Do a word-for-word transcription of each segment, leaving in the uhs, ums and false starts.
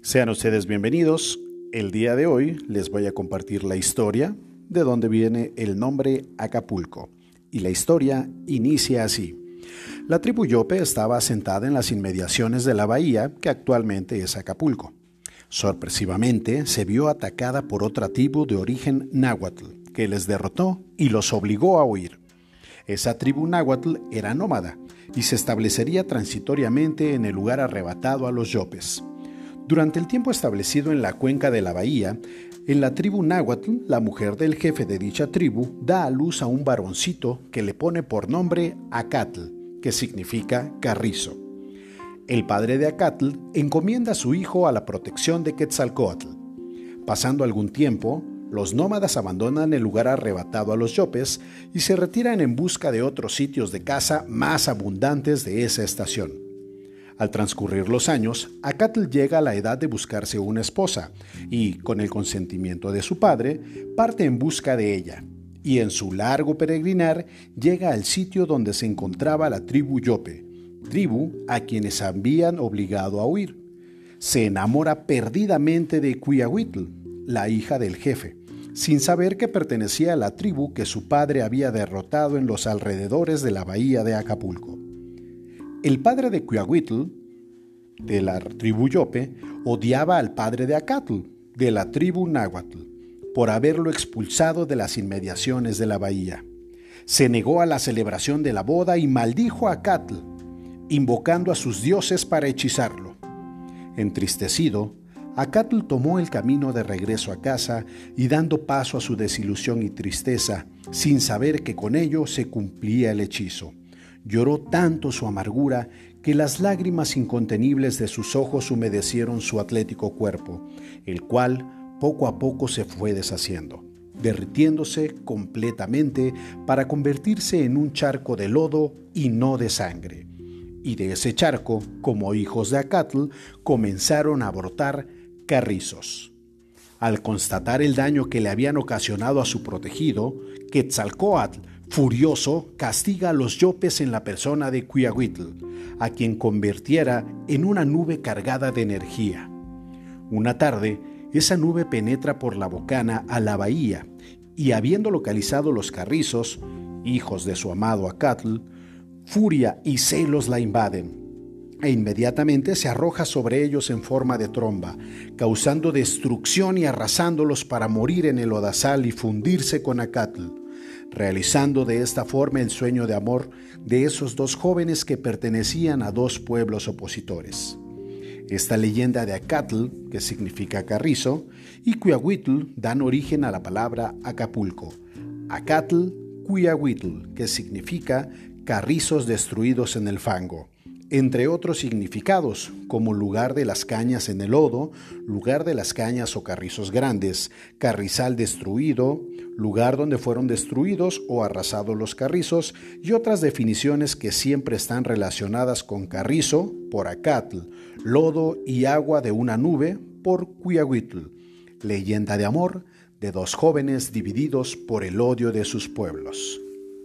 Sean ustedes bienvenidos. El día de hoy les voy a compartir la historia de dónde viene el nombre Acapulco. Y la historia inicia así. La tribu Yope estaba asentada en las inmediaciones de la bahía que actualmente es Acapulco. Sorpresivamente se vio atacada por otra tribu de origen náhuatl, que les derrotó y los obligó a huir. Esa tribu náhuatl era nómada y se establecería transitoriamente en el lugar arrebatado a los Yopes. Durante el tiempo establecido en la cuenca de la bahía, en la tribu náhuatl, la mujer del jefe de dicha tribu da a luz a un varoncito que le pone por nombre Acatl, que significa carrizo. El padre de Acatl encomienda a su hijo a la protección de Quetzalcóatl. Pasando algún tiempo, los nómadas abandonan el lugar arrebatado a los Yopes y se retiran en busca de otros sitios de caza más abundantes de esa estación. Al transcurrir los años, Acatl llega a la edad de buscarse una esposa y, con el consentimiento de su padre, parte en busca de ella. Y en su largo peregrinar llega al sitio donde se encontraba la tribu Yope, tribu a quienes habían obligado a huir. Se enamora perdidamente de Cuiahuitl, la hija del jefe, sin saber que pertenecía a la tribu que su padre había derrotado en los alrededores de la bahía de Acapulco. El padre de Cuiahuitl, de la tribu Yope, odiaba al padre de Acatl, de la tribu náhuatl, por haberlo expulsado de las inmediaciones de la bahía. Se negó a la celebración de la boda y maldijo a Acatl, invocando a sus dioses para hechizarlo. Entristecido, Acatl tomó el camino de regreso a casa y dando paso a su desilusión y tristeza, sin saber que con ello se cumplía el hechizo. Lloró tanto su amargura que las lágrimas incontenibles de sus ojos humedecieron su atlético cuerpo, el cual poco a poco se fue deshaciendo, derritiéndose completamente para convertirse en un charco de lodo y no de sangre. Y de ese charco, como hijos de Acatl, comenzaron a brotar carrizos. Al constatar el daño que le habían ocasionado a su protegido, Quetzalcóatl, furioso, castiga a los Yopes en la persona de Cuiahuitl, a quien convirtiera en una nube cargada de energía. Una tarde, esa nube penetra por la bocana a la bahía y, habiendo localizado los carrizos, hijos de su amado Acatl, furia y celos la invaden, e inmediatamente se arroja sobre ellos en forma de tromba, causando destrucción y arrasándolos para morir en el lodazal y fundirse con Acatl, realizando de esta forma el sueño de amor de esos dos jóvenes que pertenecían a dos pueblos opositores. Esta leyenda de Acatl, que significa carrizo, y Cuiahuitl dan origen a la palabra Acapulco, Acatl Cuiahuitl, que significa carrizos destruidos en el fango, entre otros significados, como lugar de las cañas en el lodo, lugar de las cañas o carrizos grandes, carrizal destruido, lugar donde fueron destruidos o arrasados los carrizos, y otras definiciones que siempre están relacionadas con carrizo, por Acatl, lodo y agua de una nube, por Cuiahuitl, leyenda de amor de dos jóvenes divididos por el odio de sus pueblos.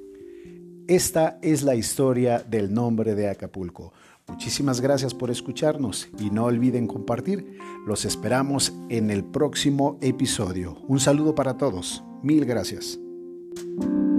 Esta es la historia del nombre de Acapulco. Muchísimas gracias por escucharnos y no olviden compartir. Los esperamos en el próximo episodio. Un saludo para todos. Mil gracias.